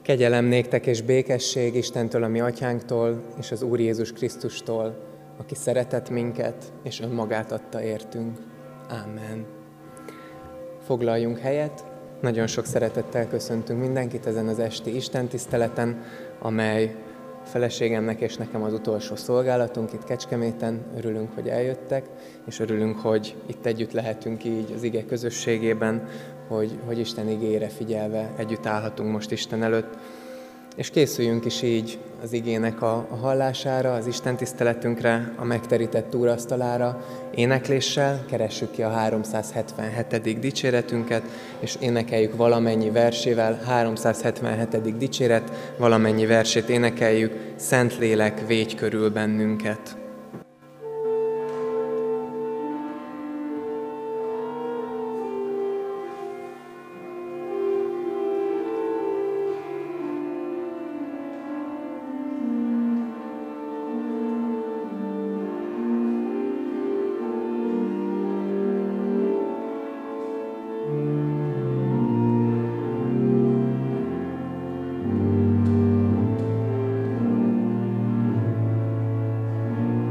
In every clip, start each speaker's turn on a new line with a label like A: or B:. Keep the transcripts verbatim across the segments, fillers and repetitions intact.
A: Kegyelem néktek és békesség Istentől, a mi atyánktól, és az Úr Jézus Krisztustól, aki szeretett minket, és önmagát adta értünk. Ámen. Foglaljunk helyet. Nagyon sok szeretettel köszöntünk mindenkit ezen az esti istentiszteleten, amely feleségemnek és nekem az utolsó szolgálatunk itt Kecskeméten. Örülünk, hogy eljöttek, és örülünk, hogy itt együtt lehetünk így az ige közösségében, hogy, hogy Isten igéjére figyelve együtt állhatunk most Isten előtt. És készüljünk is így az igének a, a hallására, az istentiszteletünkre, a megterített úrasztalára, énekléssel. Keressük ki a háromszázhetvenhetedik dicséretünket, és énekeljük valamennyi versével. háromszázhetvenhetedik dicséret, valamennyi versét énekeljük. Szentlélek, védj körül bennünket.
B: Thank you.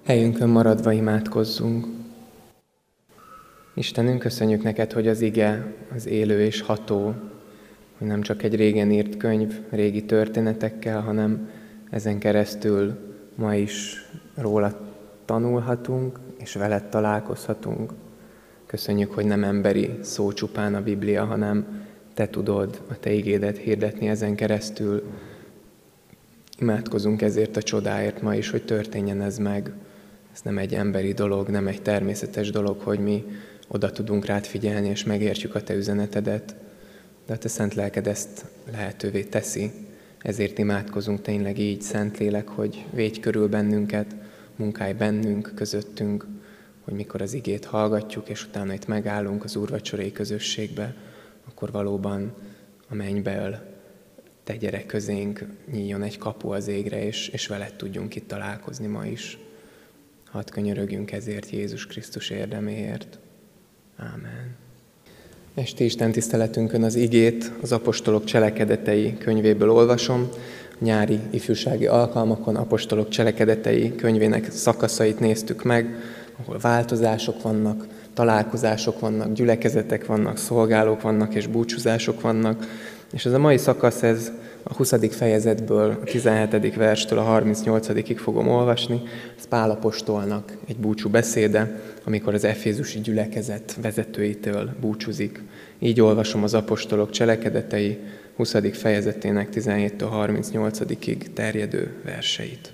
A: Helyünkön maradva imádkozzunk. Istenünk, köszönjük neked, hogy az ige az élő és ható, hogy nem csak egy régen írt könyv régi történetekkel, hanem ezen keresztül ma is róla tanulhatunk, és veled találkozhatunk. Köszönjük, hogy nem emberi szó csupán a Biblia, hanem te tudod a te igédet hirdetni ezen keresztül. Imádkozunk ezért a csodáért ma is, hogy történjen ez meg. Ez nem egy emberi dolog, nem egy természetes dolog, hogy mi oda tudunk rád figyelni, és megértjük a te üzenetedet. De a te szent lelked ezt lehetővé teszi. Ezért imádkozunk tényleg így, Szentlélek, hogy védj körül bennünket, munkálj bennünk, közöttünk, hogy mikor az igét hallgatjuk, és utána itt megállunk az úrvacsorai közösségbe, akkor valóban a mennyből te gyere közénk, nyíljon egy kapu az égre, és, és veled tudjunk itt találkozni ma is. Hadd könyörögjünk ezért Jézus Krisztus érdeméért. Ámen. Esti Isten tiszteletünkön az igét az apostolok cselekedetei könyvéből olvasom. Nyári ifjúsági alkalmakon apostolok cselekedetei könyvének szakaszait néztük meg, ahol változások vannak, találkozások vannak, gyülekezetek vannak, szolgálók vannak és búcsúzások vannak. És ez a mai szakasz, ez a huszadik fejezetből, a tizenhetedik verstől a harmincnyolcadikig fogom olvasni. Ez Pál apostolnak egy búcsú beszéde, amikor az efézusi gyülekezet vezetőitől búcsúzik. Így olvasom az apostolok cselekedetei huszadik fejezetének tizenhéttől harmincnyolcadikig terjedő verseit.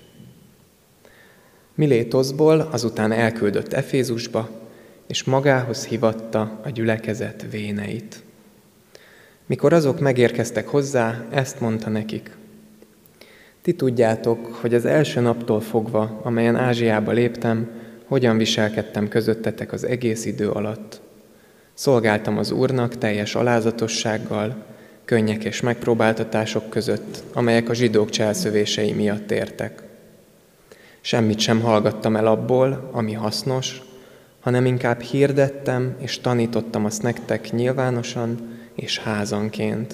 A: Milétoszból azután elküldött Efézusba, és magához hívatta a gyülekezet véneit. Mikor azok megérkeztek hozzá, ezt mondta nekik. Ti tudjátok, hogy az első naptól fogva, amelyen Ázsiába léptem, hogyan viselkedtem közöttetek az egész idő alatt. Szolgáltam az Úrnak teljes alázatossággal, könnyek és megpróbáltatások között, amelyek a zsidók cselszövései miatt értek. Semmit sem hallgattam el abból, ami hasznos, hanem inkább hirdettem és tanítottam azt nektek nyilvánosan és házanként.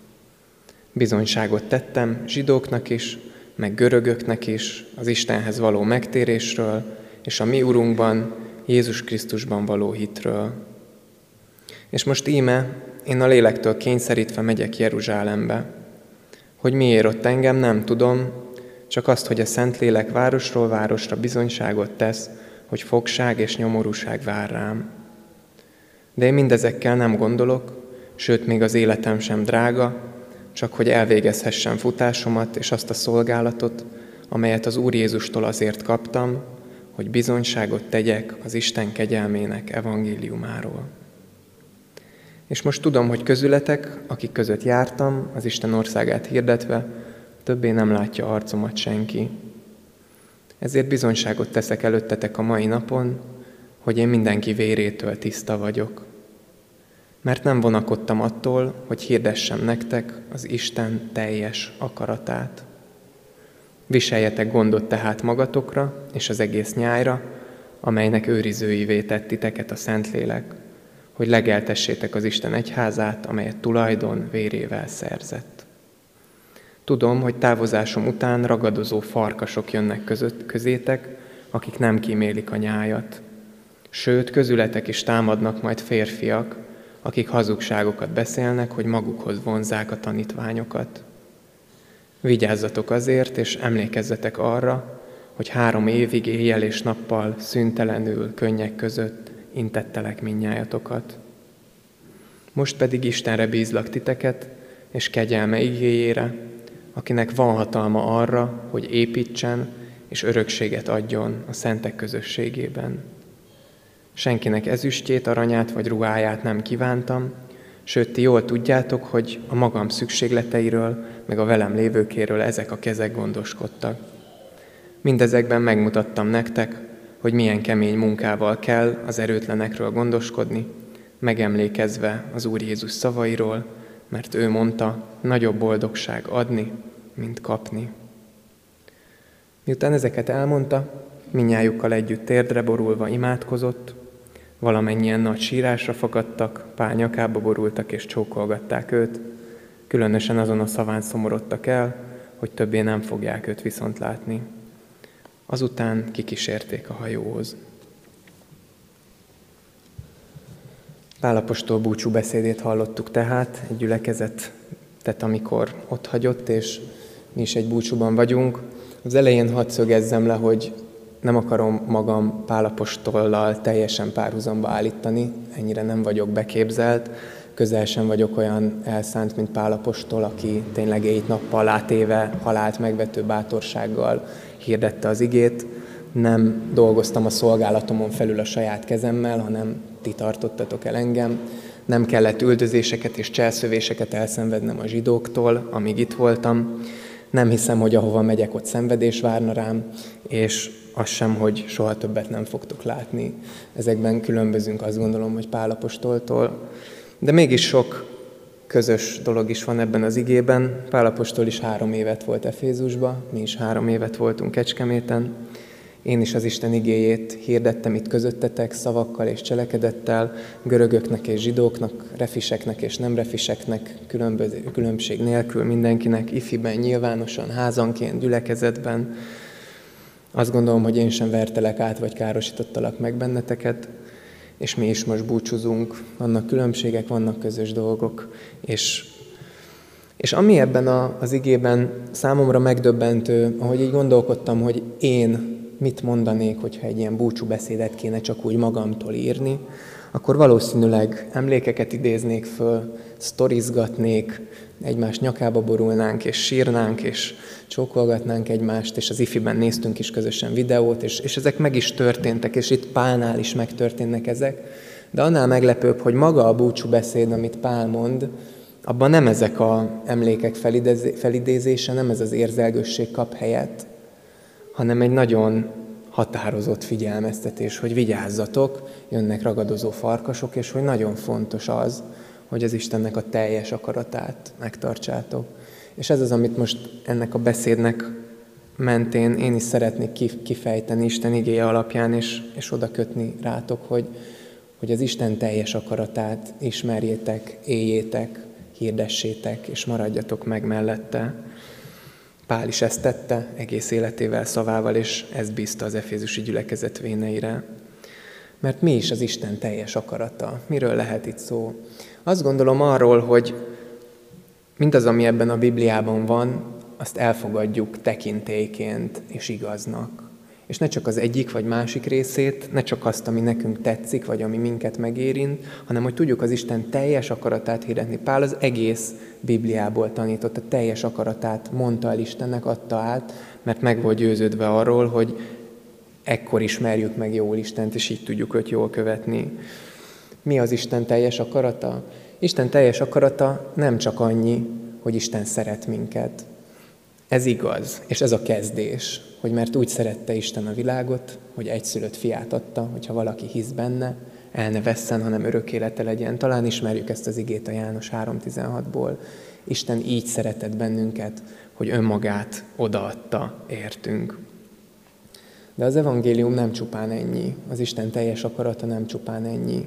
A: Bizonyságot tettem zsidóknak is, meg görögöknek is az Istenhez való megtérésről, és a mi Urunkban, Jézus Krisztusban való hitről. És most íme, én a lélektől kényszerítve megyek Jeruzsálembe. Hogy miért ott engem, nem tudom, csak azt, hogy a Szentlélek városról városra bizonyságot tesz, hogy fogság és nyomorúság vár rám. De én mindezekkel nem gondolok, sőt, még az életem sem drága, csak hogy elvégezhessem futásomat és azt a szolgálatot, amelyet az Úr Jézustól azért kaptam, hogy bizonyságot tegyek az Isten kegyelmének evangéliumáról. És most tudom, hogy közületek, akik között jártam, az Isten országát hirdetve, többé nem látja arcomat senki. Ezért bizonyságot teszek előttetek a mai napon, hogy én mindenki vérétől tiszta vagyok. Mert nem vonakodtam attól, hogy hirdessem nektek az Isten teljes akaratát. Viseljetek gondot tehát magatokra és az egész nyájra, amelynek őrizőivé tett titeket a Szentlélek, hogy legeltessétek az Isten egyházát, amelyet tulajdon vérével szerzett. Tudom, hogy távozásom után ragadozó farkasok jönnek között, közétek, akik nem kímélik a nyájat. Sőt, közületek is támadnak majd férfiak, akik hazugságokat beszélnek, hogy magukhoz vonzzák a tanítványokat. Vigyázzatok azért, és emlékezzetek arra, hogy három évig éjjel és nappal szüntelenül könnyek között intettelek mindnyájatokat. Most pedig Istenre bízlak titeket, és kegyelme igéjére, akinek van hatalma arra, hogy építsen és örökséget adjon a szentek közösségében. Senkinek ezüstjét, aranyát vagy ruháját nem kívántam, sőt, ti jól tudjátok, hogy a magam szükségleteiről, meg a velem lévőkéről ezek a kezek gondoskodtak. Mindezekben megmutattam nektek, hogy milyen kemény munkával kell az erőtlenekről gondoskodni, megemlékezve az Úr Jézus szavairól, mert ő mondta, nagyobb boldogság adni, mint kapni. Miután ezeket elmondta, mindnyájukkal együtt térdre borulva imádkozott, valamennyien nagy sírásra fakadtak, Pál nyakába borultak és csókolgatták őt, különösen azon a szaván szomorodtak el, hogy többé nem fogják őt viszont látni. Azután kikísérték a hajóhoz. Pál apostol búcsú beszédét hallottuk tehát, egy gyülekezetet, amikor ott hagyott, és mi is egy búcsúban vagyunk. Az elején hadd szögezzem le, hogy nem akarom magam Pál apostollal teljesen párhuzamba állítani, ennyire nem vagyok beképzelt, közel sem vagyok olyan elszánt, mint Pál apostol, aki tényleg éjt-nappal átéve halált megvető bátorsággal hirdette az igét. Nem dolgoztam a szolgálatomon felül a saját kezemmel, hanem ti tartottatok el engem. Nem kellett üldözéseket és cselszövéseket elszenvednem a zsidóktól, amíg itt voltam. Nem hiszem, hogy ahova megyek, ott szenvedés várna rám, és az sem, hogy soha többet nem fogtok látni. Ezekben különbözünk, azt gondolom, hogy Pál apostoltól. De mégis sok közös dolog is van ebben az igében. Pál apostol is három évet volt Efézusban, mi is három évet voltunk Kecskeméten. Én is az Isten igéjét hirdettem itt közöttetek szavakkal és cselekedettel, görögöknek és zsidóknak, refiseknek és nem refiseknek, különbség nélkül mindenkinek, ifiben, nyilvánosan, házanként, gyülekezetben. Azt gondolom, hogy én sem vertelek át, vagy károsítottalak meg benneteket, és mi is most búcsúzunk. Vannak különbségek, vannak közös dolgok, és, és ami ebben a, az igében számomra megdöbbentő, ahogy így gondolkodtam, hogy én mit mondanék, hogyha egy ilyen búcsúbeszédet kéne csak úgy magamtól írni, akkor valószínűleg emlékeket idéznék föl, sztorizgatnék, egymás nyakába borulnánk, és sírnánk, és csókolgatnánk egymást, és az ifiben néztünk is közösen videót, és, és ezek meg is történtek, és itt Pálnál is megtörténnek ezek. De annál meglepőbb, hogy maga a búcsúbeszéd, amit Pál mond, abban nem ezek az emlékek felidézése, nem ez az érzelgősség kap helyet, hanem egy nagyon határozott figyelmeztetés, hogy vigyázzatok, jönnek ragadozó farkasok, és hogy nagyon fontos az, hogy az Istennek a teljes akaratát megtartsátok. És ez az, amit most ennek a beszédnek mentén én is szeretnék kifejteni Isten igéje alapján, és, és oda kötni rátok, hogy, hogy az Isten teljes akaratát ismerjétek, éljétek, hirdessétek, és maradjatok meg mellette. Pál is ezt tette egész életével, szavával, és ezt bízta az efézusi gyülekezet véneire. Mert mi is az Isten teljes akarata? Miről lehet itt szó? Azt gondolom arról, hogy mindaz, ami ebben a Bibliában van, azt elfogadjuk tekintélyként és igaznak. És ne csak az egyik vagy másik részét, ne csak azt, ami nekünk tetszik, vagy ami minket megérint, hanem hogy tudjuk az Isten teljes akaratát hirdetni. Pál az egész Bibliából tanított, a teljes akaratát mondta el Istennek, adta át, mert meg volt győződve arról, hogy ekkor ismerjük meg jól Istent, és így tudjuk őt jól követni. Mi az Isten teljes akarata? Isten teljes akarata nem csak annyi, hogy Isten szeret minket. Ez igaz, és ez a kezdés, hogy mert úgy szerette Isten a világot, hogy egyszülött fiát adta, hogyha valaki hisz benne, el ne vesszen, hanem örök élete legyen. Talán ismerjük ezt az igét a János három tizenhatból. Isten így szeretett bennünket, hogy önmagát odaadta értünk. De az evangélium nem csupán ennyi, az Isten teljes akarata nem csupán ennyi.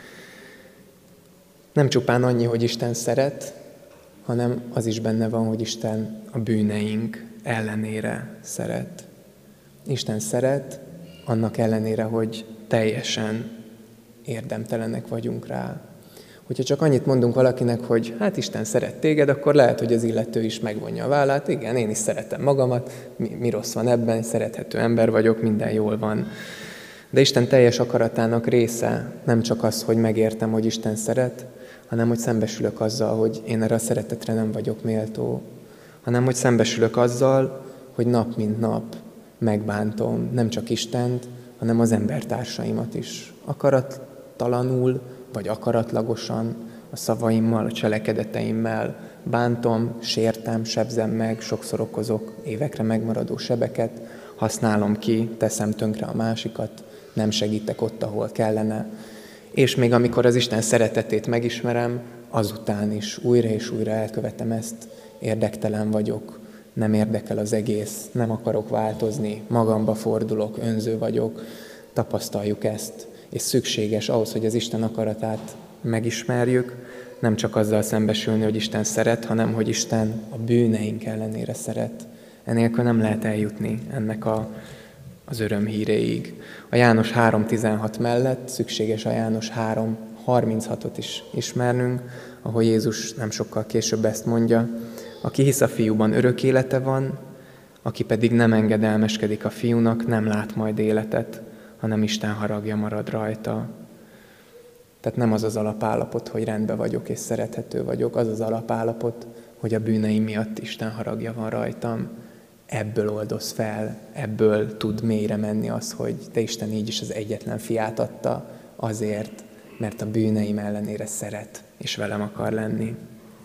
A: Nem csupán annyi, hogy Isten szeret, hanem az is benne van, hogy Isten a bűneink ellenére szeret. Isten szeret, annak ellenére, hogy teljesen érdemtelenek vagyunk rá. Hogyha csak annyit mondunk valakinek, hogy hát Isten szeret téged, akkor lehet, hogy az illető is megvonja a vállát. Igen, én is szeretem magamat, mi, mi rossz van ebben, szerethető ember vagyok, minden jól van. De Isten teljes akaratának része nem csak az, hogy megértem, hogy Isten szeret, hanem hogy szembesülök azzal, hogy én erre a szeretetre nem vagyok méltó, hanem hogy szembesülök azzal, hogy nap mint nap megbántom nem csak Istent, hanem az embertársaimat is. Akarattalanul, vagy akaratlagosan, a szavaimmal, a cselekedeteimmel bántom, sértem, sebzem meg, sokszor okozok évekre megmaradó sebeket, használom ki, teszem tönkre a másikat, nem segítek ott, ahol kellene. És még amikor az Isten szeretetét megismerem, azután is újra és újra elkövetem ezt, érdektelen vagyok, nem érdekel az egész, nem akarok változni, magamba fordulok, önző vagyok, tapasztaljuk ezt, és szükséges ahhoz, hogy az Isten akaratát megismerjük, nem csak azzal szembesülni, hogy Isten szeret, hanem hogy Isten a bűneink ellenére szeret. Enélkül nem lehet eljutni ennek a az öröm híréig. A János három tizenhat mellett szükséges a János három harminchatot is ismernünk, ahol Jézus nem sokkal később ezt mondja: aki hisz a fiúban, örök élete van, aki pedig nem engedelmeskedik a fiúnak, nem lát majd életet, hanem Isten haragja marad rajta. Tehát nem az az alapállapot, hogy rendben vagyok és szerethető vagyok, az az alapállapot, hogy a bűneim miatt Isten haragja van rajtam. Ebből oldoz fel, ebből tud mélyre menni az, hogy de Isten így is az egyetlen fiát adta azért, mert a bűneim ellenére szeret, és velem akar lenni.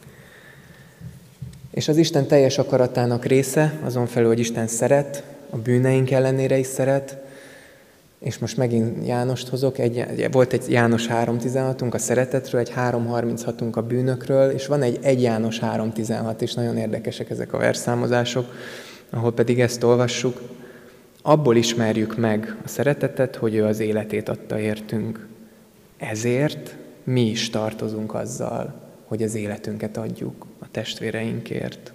A: És az Isten teljes akaratának része, azon felül, hogy Isten szeret, a bűneink ellenére is szeret, és most megint Jánost hozok, egy, volt egy János három tizenhatunk a szeretetről, egy három harminchatunk a bűnökről, és van egy egy János három tizenhat is, nagyon érdekesek ezek a versszámozások, ahol pedig ezt olvassuk: abból ismerjük meg a szeretetet, hogy ő az életét adta értünk. Ezért mi is tartozunk azzal, hogy az életünket adjuk a testvéreinkért.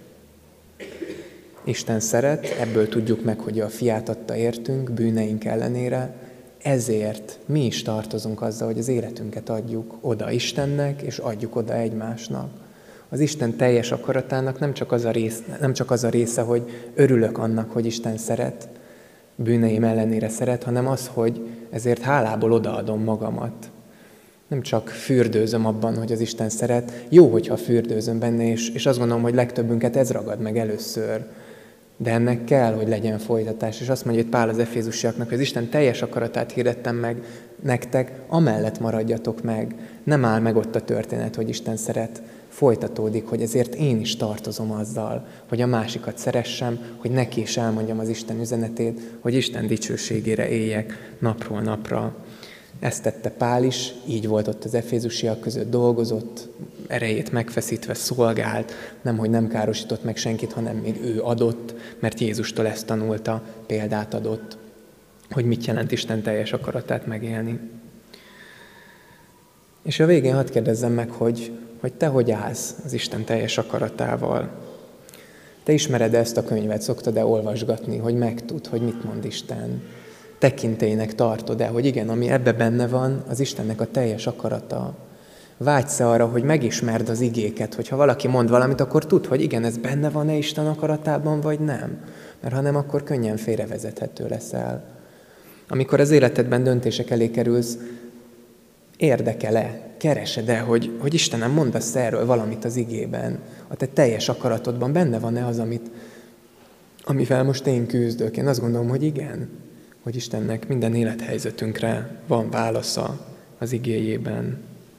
A: Isten szeret, ebből tudjuk meg, hogy a fiát adta értünk, bűneink ellenére, ezért mi is tartozunk azzal, hogy az életünket adjuk oda Istennek, és adjuk oda egymásnak. Az Isten teljes akaratának nem csak az a része, nem csak az a része, hogy örülök annak, hogy Isten szeret, bűneim ellenére szeret, hanem az, hogy ezért hálából odaadom magamat. Nem csak fürdőzöm abban, hogy az Isten szeret, jó, hogyha fürdőzöm benne, és, és azt gondolom, hogy legtöbbünket ez ragad meg először. De ennek kell, hogy legyen folytatás. És azt mondja itt Pál az efézusiaknak, hogy az Isten teljes akaratát hirdettem meg nektek, amellett maradjatok meg. Nem áll meg ott a történet, hogy Isten szeret. Folytatódik, hogy ezért én is tartozom azzal, hogy a másikat szeressem, hogy neki is elmondjam az Isten üzenetét, hogy Isten dicsőségére éljek napról napra. Ezt tette Pál is, így volt ott az efézusiak között, dolgozott, erejét megfeszítve szolgált, nemhogy nem károsított meg senkit, hanem még ő adott, mert Jézustól ezt tanulta, példát adott, hogy mit jelent Isten teljes akaratát megélni. És a végén hadd kérdezzem meg, hogy, hogy te hogy állsz az Isten teljes akaratával? Te ismered ezt a könyvet, szoktad-e olvasgatni, hogy megtudd, hogy mit mond Isten? Tekintélynek tartod-e, hogy igen, ami ebbe benne van, az Istennek a teljes akarata? Vágysz-e arra, hogy megismerd az igéket, hogyha valaki mond valamit, akkor tudd, hogy igen, ez benne van-e Isten akaratában, vagy nem? Mert ha nem, akkor könnyen félrevezethető leszel. Amikor az életedben döntések elé kerülsz, érdekel-e, keresed-e, hogy, hogy Istenem, mondasz erről valamit az igében? A te teljes akaratodban benne van-e az, amit, amivel most én küzdök? Én azt gondolom, hogy igen, hogy Istennek minden élethelyzetünkre van válasza az igéjében.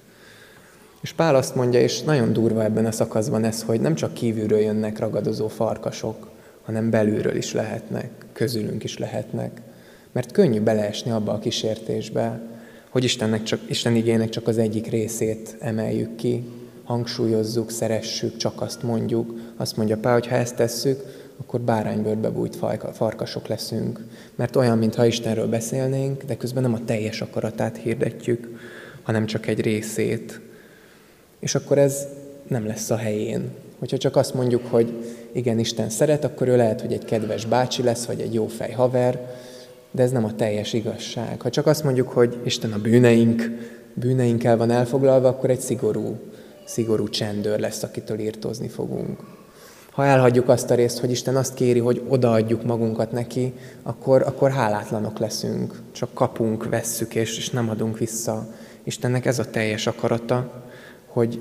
A: És Pál azt mondja, és nagyon durva ebben a szakaszban ez, hogy nem csak kívülről jönnek ragadozó farkasok, hanem belülről is lehetnek, közülünk is lehetnek. Mert könnyű beleesni abba a kísértésbe, hogy Istennek csak, Isten igének csak az egyik részét emeljük ki, hangsúlyozzuk, szeressük, csak azt mondjuk. Azt mondja Pál, hogy ha ezt tesszük, akkor báránybőrbe bújt farkasok leszünk. Mert olyan, mintha Istenről beszélnénk, de közben nem a teljes akaratát hirdetjük, hanem csak egy részét. És akkor ez nem lesz a helyén. Hogyha csak azt mondjuk, hogy igen, Isten szeret, akkor ő lehet, hogy egy kedves bácsi lesz, vagy egy jófej haver, de ez nem a teljes igazság. Ha csak azt mondjuk, hogy Isten a bűneink, bűneinkkel van elfoglalva, akkor egy szigorú, szigorú csendőr lesz, akitől írtózni fogunk. Ha elhagyjuk azt a részt, hogy Isten azt kéri, hogy odaadjuk magunkat neki, akkor, akkor hálátlanok leszünk. Csak kapunk, vesszük, és, és nem adunk vissza. Istennek ez a teljes akarata, hogy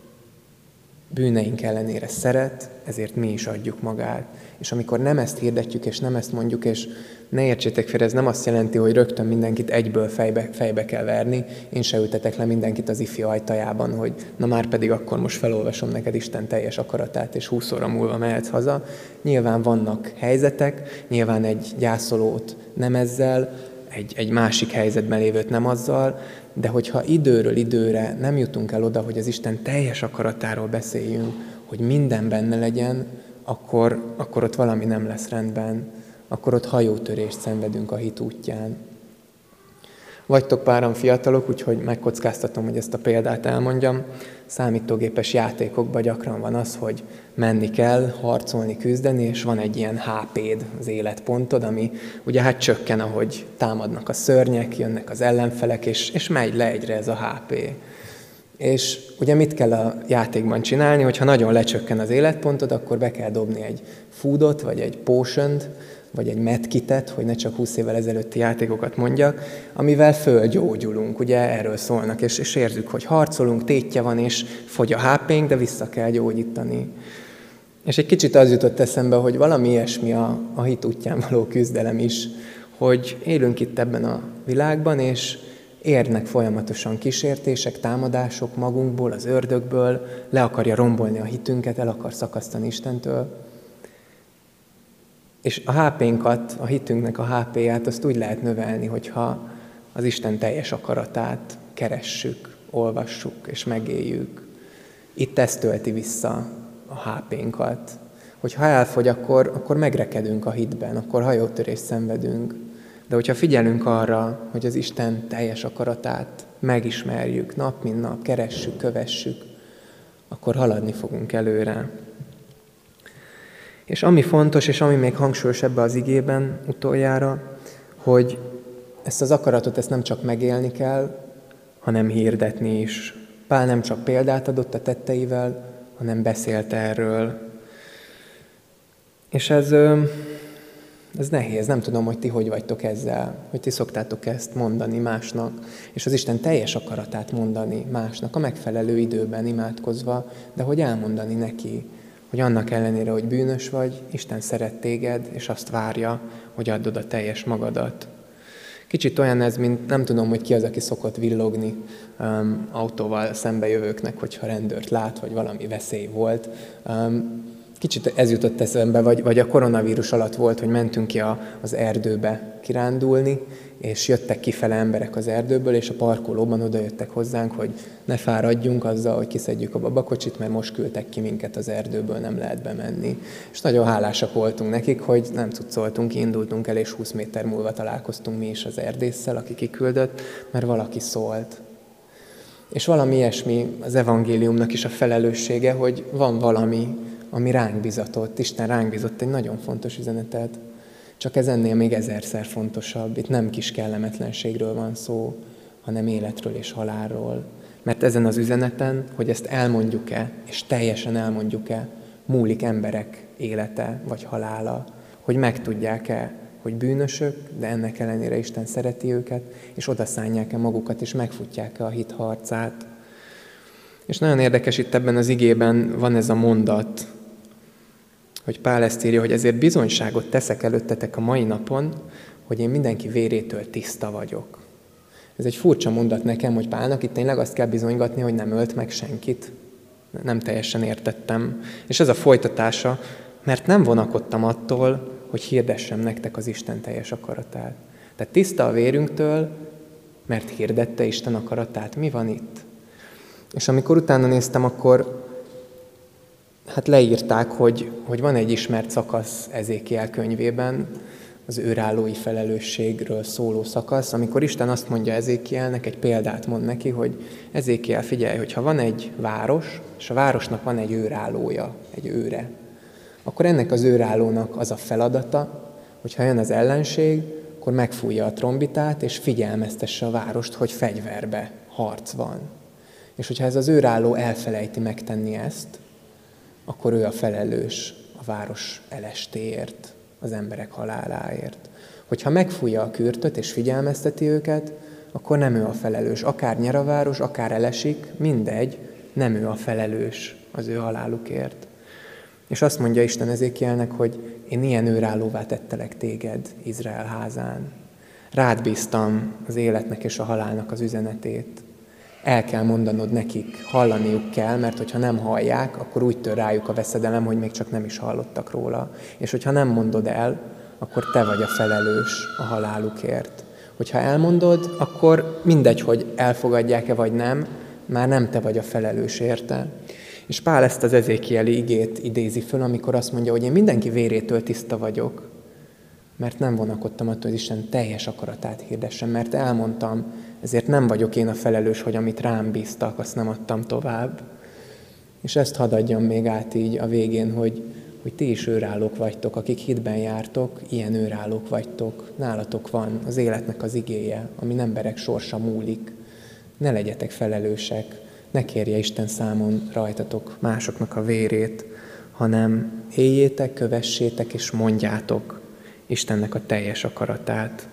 A: bűneink ellenére szeret, ezért mi is adjuk magát. És amikor nem ezt hirdetjük, és nem ezt mondjuk, és ne értsétek fel, ez nem azt jelenti, hogy rögtön mindenkit egyből fejbe, fejbe kell verni. Én se ültetek le mindenkit az ifi ajtajában, hogy na már pedig akkor most felolvasom neked Isten teljes akaratát, és húsz óra múlva mehetsz haza. Nyilván vannak helyzetek, nyilván egy gyászolót nem ezzel, egy, egy másik helyzetben lévőt nem azzal, de hogyha időről időre nem jutunk el oda, hogy az Isten teljes akaratáról beszéljünk, hogy minden benne legyen, akkor, akkor ott valami nem lesz rendben, akkor ott hajótörést szenvedünk a hit útján. Vagytok páran fiatalok, úgyhogy megkockáztatom, hogy ezt a példát elmondjam. Számítógépes játékokban gyakran van az, hogy menni kell, harcolni, küzdeni, és van egy ilyen há péd, az életpontod, ami ugye hát csökken, ahogy támadnak a szörnyek, jönnek az ellenfelek, és, és megy le egyre ez a há pé. És ugye mit kell a játékban csinálni, hogyha nagyon lecsökken az életpontod, akkor be kell dobni egy foodot, vagy egy potion-t, vagy egy medkitet, hogy ne csak húsz évvel ezelőtti játékokat mondjak, amivel fölgyógyulunk, ugye erről szólnak, és, és érzük, hogy harcolunk, tétje van, és fogy a há pénk, de vissza kell gyógyítani. És egy kicsit az jutott eszembe, hogy valami ilyesmi a, a hit útján való küzdelem is, hogy élünk itt ebben a világban, és érnek folyamatosan kísértések, támadások magunkból, az ördögből, le akarja rombolni a hitünket, el akar szakasztani Istentől. És a há pénkat, a hitünknek a há péját, azt úgy lehet növelni, hogyha az Isten teljes akaratát keressük, olvassuk és megéljük. Itt ezt tölti vissza a há pénkat. Hogyha elfogy, akkor, akkor megrekedünk a hitben, akkor hajótörést szenvedünk. De hogyha figyelünk arra, hogy az Isten teljes akaratát megismerjük, nap mint nap, keressük, kövessük, akkor haladni fogunk előre. És ami fontos, és ami még hangsúlyos ebbe az igében utoljára, hogy ezt az akaratot ezt nem csak megélni kell, hanem hirdetni is. Pál nem csak példát adott a tetteivel, hanem beszélt erről. És ez, ez nehéz, nem tudom, hogy ti hogy vagytok ezzel, hogy ti szoktátok ezt mondani másnak, és az Isten teljes akaratát mondani másnak, a megfelelő időben imádkozva, de hogy elmondani neki, hogy annak ellenére, hogy bűnös vagy, Isten szeret téged, és azt várja, hogy add oda teljes magadat. Kicsit olyan ez, mint nem tudom, hogy ki az, aki szokott villogni um, autóval szembejövőknek, hogyha rendőrt lát, vagy valami veszély volt. Um, kicsit ez jutott eszembe, vagy, vagy a koronavírus alatt volt, hogy mentünk ki a, az erdőbe kirándulni, és jöttek kifele emberek az erdőből, és a parkolóban oda jöttek hozzánk, hogy ne fáradjunk azzal, hogy kiszedjük a babakocsit, mert most küldtek ki minket az erdőből, nem lehet bemenni. És nagyon hálásak voltunk nekik, hogy nem cuccoltunk, indultunk el, és húsz méter múlva találkoztunk mi is az erdésszel, aki kiküldött, mert valaki szólt. És valami ilyesmi az evangéliumnak is a felelőssége, hogy van valami, ami ránk bizatott. Isten ránk bizott egy nagyon fontos üzenetet. Csak ez ennél még ezerszer fontosabb. Itt nem kis kellemetlenségről van szó, hanem életről és halálról. Mert ezen az üzeneten, hogy ezt elmondjuk-e, és teljesen elmondjuk-e, múlik emberek élete vagy halála. Hogy megtudják-e, hogy bűnösök, de ennek ellenére Isten szereti őket, és odaszánják-e magukat, és megfutják-e a hit harcát. És nagyon érdekes itt ebben az igében van ez a mondat, hogy Pál ezt írja, hogy ezért bizonyságot teszek előttetek a mai napon, hogy én mindenki vérétől tiszta vagyok. Ez egy furcsa mondat nekem, hogy Pálnak itt tényleg azt kell bizonygatni, hogy nem ölt meg senkit. Nem teljesen értettem. És ez a folytatása, mert nem vonakodtam attól, hogy hirdessem nektek az Isten teljes akaratát. Tehát tiszta a vérünktől, mert hirdette Isten akaratát. Mi van itt? És amikor utána néztem, akkor hát leírták, hogy, hogy van egy ismert szakasz Ezékiel könyvében, az őrállói felelősségről szóló szakasz, amikor Isten azt mondja Ezékielnek, egy példát mond neki, hogy Ezékiel, figyelj, hogyha van egy város, és a városnak van egy őrállója, egy őre, akkor ennek az őrállónak az a feladata, hogyha jön az ellenség, akkor megfújja a trombitát, és figyelmeztesse a várost, hogy fegyverbe, harc van. És hogyha ez az őrálló elfelejti megtenni ezt, akkor ő a felelős a város elestéért, az emberek haláláért. Hogyha megfújja a kürtöt és figyelmezteti őket, akkor nem ő a felelős. Akár nyer a város, akár elesik, mindegy, nem ő a felelős az ő halálukért. És azt mondja Isten Ezékielnek, hogy én ilyen őrállóvá tettelek téged Izrael házán. Rád bíztam az életnek és a halálnak az üzenetét. El kell mondanod nekik, hallaniuk kell, mert hogyha nem hallják, akkor úgy tör rájuk a veszedelem, hogy még csak nem is hallottak róla. És hogyha nem mondod el, akkor te vagy a felelős a halálukért. Hogyha elmondod, akkor mindegy, hogy elfogadják-e vagy nem, már nem te vagy a felelős érte. És Pál ezt az ezékieli igét idézi föl, amikor azt mondja, hogy én mindenki vérétől tiszta vagyok. mert nem vonakodtam attól, hogy Isten teljes akaratát hirdessem, mert elmondtam, ezért nem vagyok én a felelős, hogy amit rám bíztak, azt nem adtam tovább. És ezt hadd adjam még át így a végén, hogy, hogy ti is őrállók vagytok, akik hitben jártok, ilyen őrállók vagytok. Nálatok van az életnek az igéje, ami emberek sorsa múlik. Ne legyetek felelősek, ne kérje Isten számon rajtatok másoknak a vérét, hanem éljétek, kövessétek és mondjátok Istennek a teljes akaratát.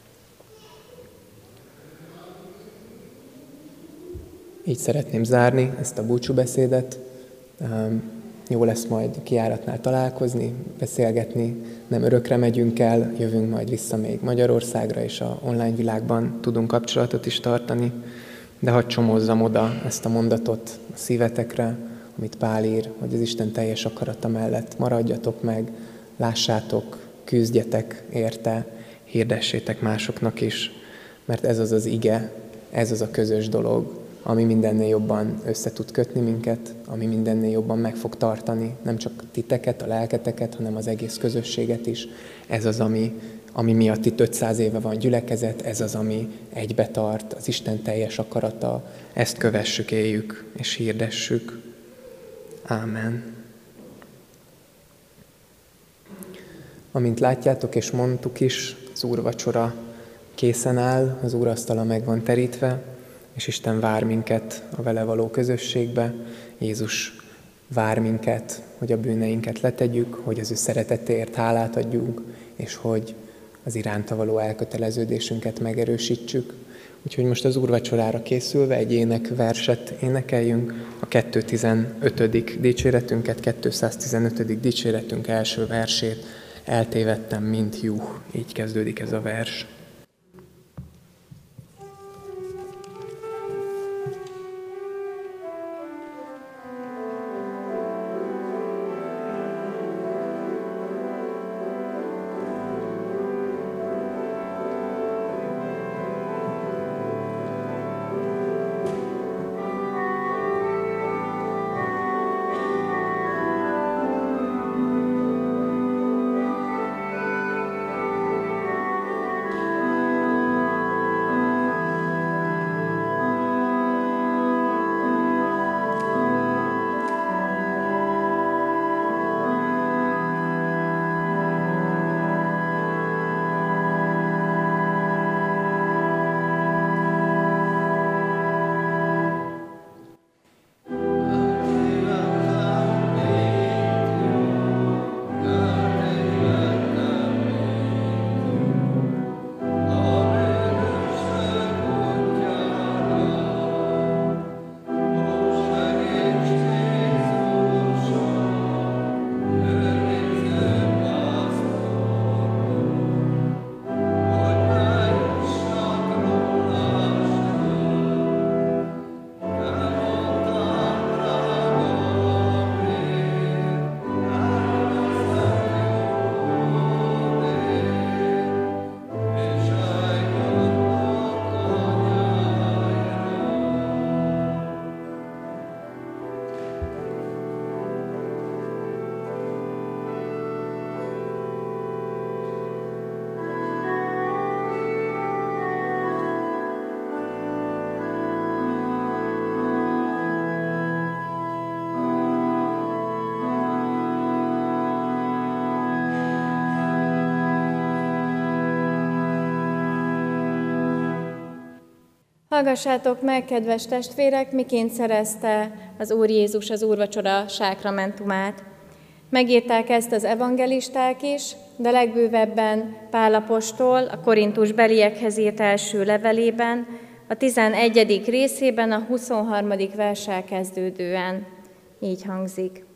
A: Így szeretném zárni ezt a búcsúbeszédet. Jó lesz majd kijáratnál találkozni, beszélgetni. Nem örökre megyünk el, jövünk majd vissza még Magyarországra, és a online világban tudunk kapcsolatot is tartani. De hadd csomózzam oda ezt a mondatot a szívetekre, amit Pál ír, hogy az Isten teljes akarata mellett maradjatok meg, lássátok, küzdjetek érte, hirdessétek másoknak is, mert ez az az ige, ez az a közös dolog, ami mindennél jobban össze tud kötni minket, ami mindennél jobban meg fog tartani, nem csak titeket, a lelketeket, hanem az egész közösséget is. Ez az, ami, ami miatt itt ötszáz éve van gyülekezet, ez az, ami egybe tart, az Isten teljes akarata. Ezt kövessük, éljük és hirdessük. Ámen. Amint látjátok és mondtuk is, az úrvacsora készen áll, az úrasztala meg van terítve, és Isten vár minket a vele való közösségbe. Jézus vár minket, hogy a bűneinket letegyük, hogy az ő szeretetéért hálát adjunk, és hogy az iránta való elköteleződésünket megerősítsük. Úgyhogy most az úrvacsorára készülve egy énekverset énekeljünk, a kétszáztizenötödik dicséretünket, kétszáztizenötödik dicséretünk első versét. Eltévedtem, mint juh. Így kezdődik ez a vers.
B: Hallgassátok meg, kedves testvérek, miként szerezte az Úr Jézus az úrvacsora sákramentumát. Megírták ezt az evangelisták is, de legbővebben Pál apostol a Korintus beliekhez írt első levelében, a tizenegyedik részében, a huszonharmadik verssel kezdődően. Így hangzik.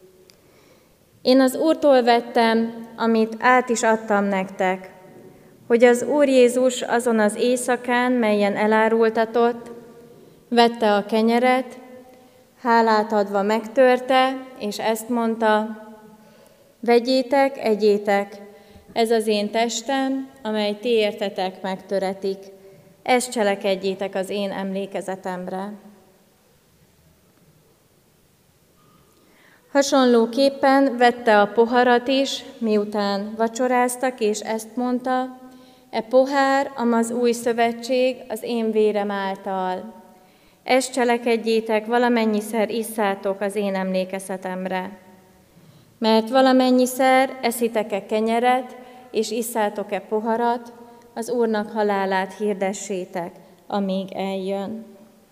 B: Én az Úrtól vettem, amit át is adtam nektek, hogy az Úr Jézus azon az éjszakán, melyen elárultatott, vette a kenyeret, hálát adva megtörte, és ezt mondta: vegyétek, egyétek, ez az én testem, amely ti értetek megtöretik. Ezt cselekedjétek az én emlékezetemre. Hasonlóképpen vette a poharat is, miután vacsoráztak, és ezt mondta: e pohár, amaz új szövetség az én vérem által. Ezt cselekedjétek, valamennyiszer isszátok az én emlékezetemre. Mert valamennyiszer eszitek-e kenyeret, és isszátok-e poharat, az Úrnak halálát hirdessétek, amíg eljön.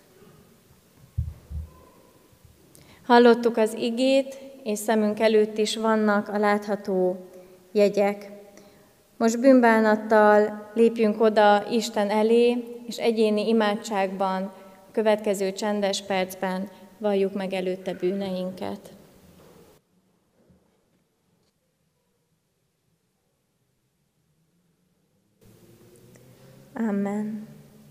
B: Hallottuk az igét, és szemünk előtt is vannak a látható jegyek. Most bűnbánattal lépjünk oda Isten elé, és egyéni imádságban, a következő csendes percben valljuk meg előtte bűneinket. Amen.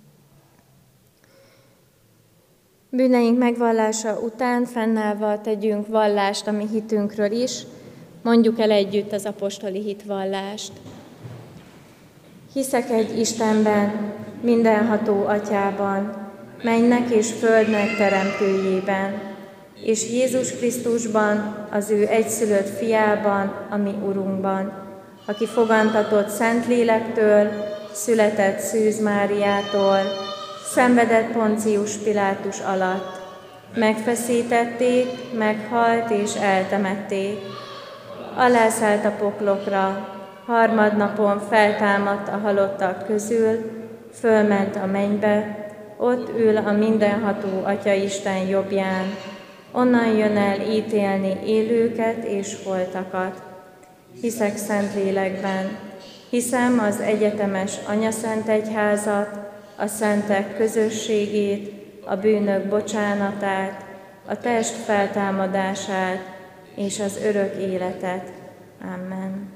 B: Bűneink megvallása után fennállva tegyünk vallást a mi hitünkről is, mondjuk el együtt az apostoli hitvallást. Hiszek egy Istenben, mindenható Atyában, mennek és földnek teremtőjében, és Jézus Krisztusban, az ő egyszülött fiában, a mi Urunkban, aki fogantatott Szentlélektől, született Szűz Máriától, szenvedett Poncius Pilátus alatt, megfeszítették, meghalt és eltemették. Alászállt a poklokra, harmadnapon feltámadt a halottak közül, fölment a mennybe, ott ül a mindenható Atyaisten jobbján, onnan jön el ítélni élőket és holtakat. Hiszek Szentlélekben, hiszem az egyetemes Anyaszent Egyházat, a szentek közösségét, a bűnök bocsánatát, a test feltámadását és az örök életet. Amen.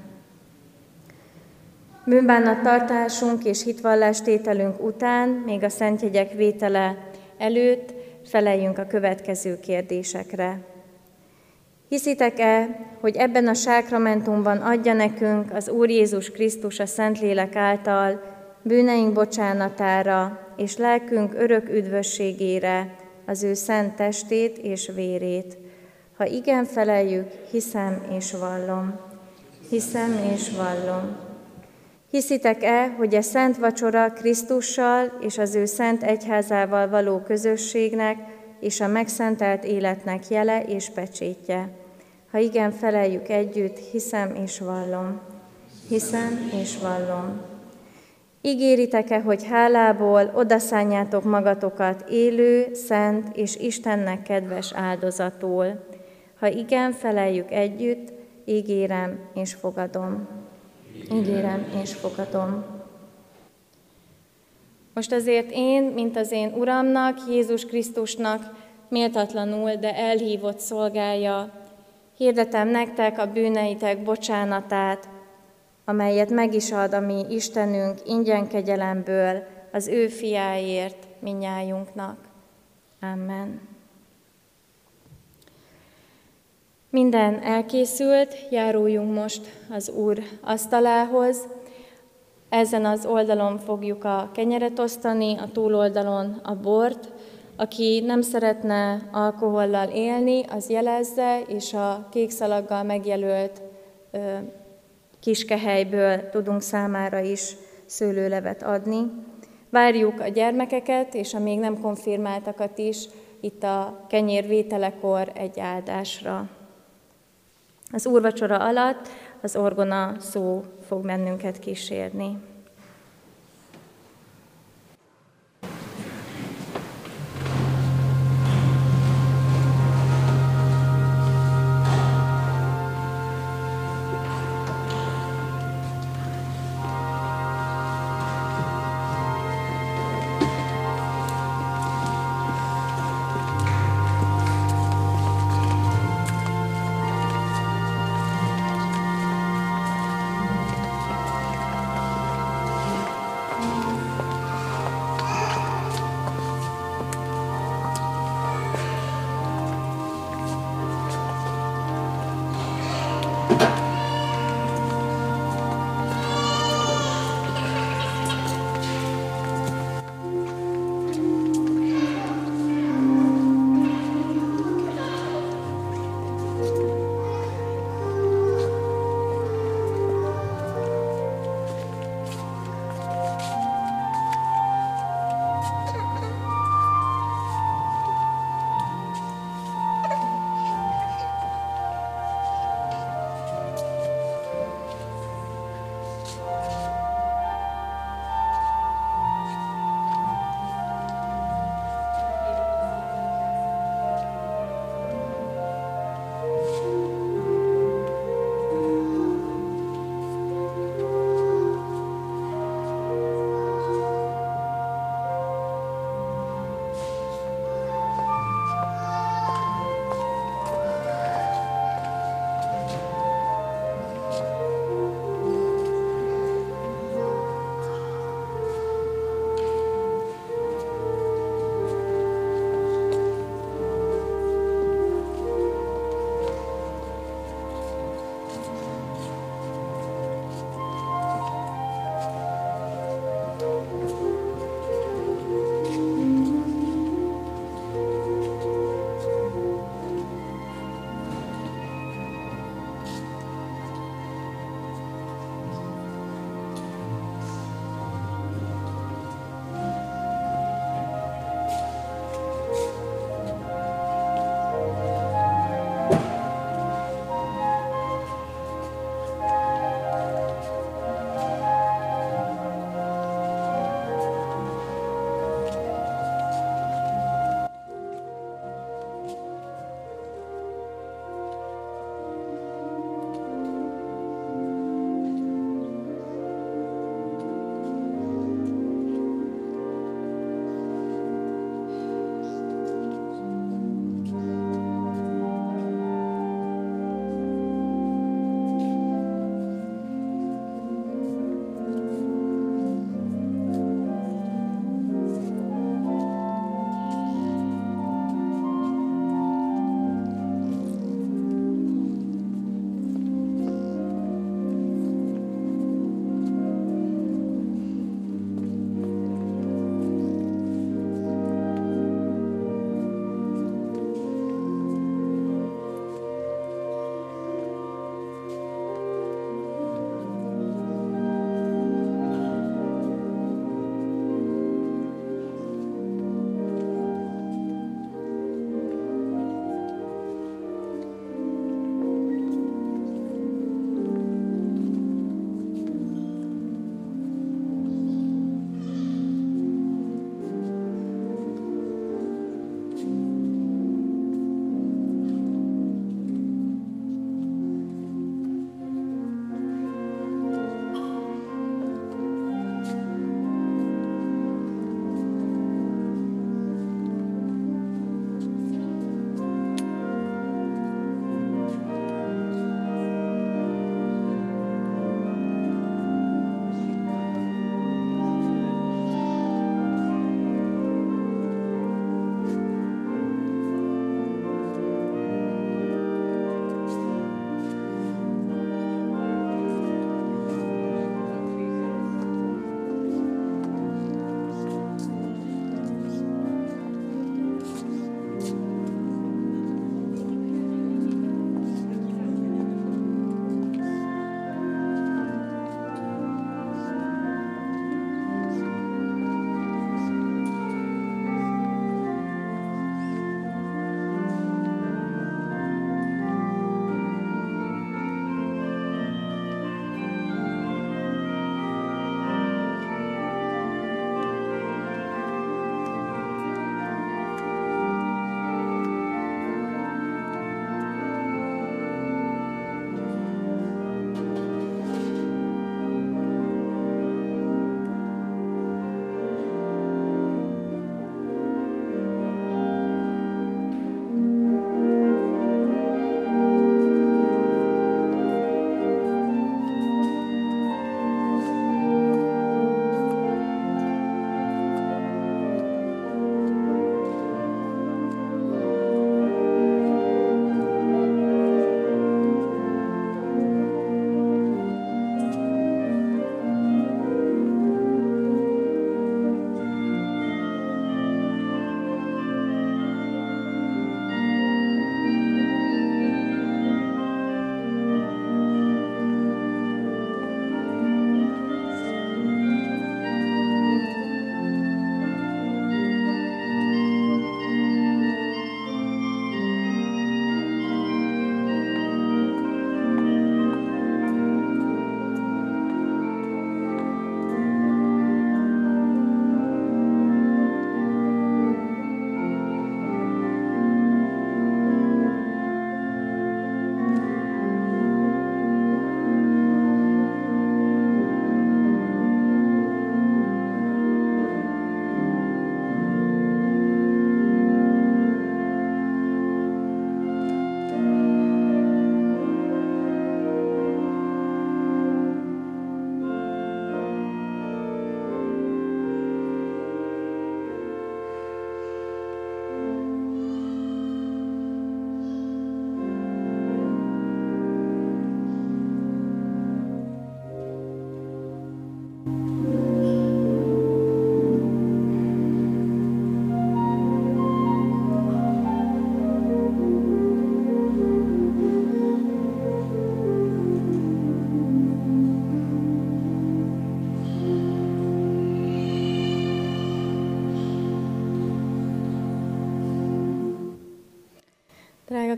B: Bűnbánattartásunk és hitvallástételünk után, még a szentjegyek vétele előtt feleljünk a következő kérdésekre. Hiszitek-e, hogy ebben a sákramentumban adja nekünk az Úr Jézus Krisztus a Szentlélek által bűneink bocsánatára és lelkünk örök üdvösségére az ő szent testét és vérét? Ha igen, feleljük, hiszem és vallom. Hiszem és vallom. Hiszitek-e, hogy a szent vacsora Krisztussal és az ő szent egyházával való közösségnek és a megszentelt életnek jele és pecsétje? Ha igen, feleljük együtt, hiszem és vallom. Hiszem és vallom. Ígéritek-e, hogy hálából odaszánjátok magatokat élő, szent és Istennek kedves áldozatul? Ha igen, feleljük együtt, ígérem és fogadom. Ígérem és fogadom. Most azért én, mint az én Uramnak, Jézus Krisztusnak méltatlanul, de elhívott szolgája, hirdetem nektek a bűneitek bocsánatát, amelyet meg is ad a mi Istenünk ingyen kegyelemből az ő fiáért mindnyájunknak. Amen. Minden elkészült, járuljunk most az Úr asztalához. Ezen az oldalon fogjuk a kenyeret osztani, a túloldalon a bort. Aki nem szeretne alkohollal élni, az jelezze, és a kék szalaggal megjelölt ö, kiskehelyből tudunk számára is szőlőlevet adni. Várjuk a gyermekeket és a még nem konfirmáltakat is itt a kenyérvételekor egy áldásra. Az úrvacsora alatt az orgona szó fog bennünket kísérni.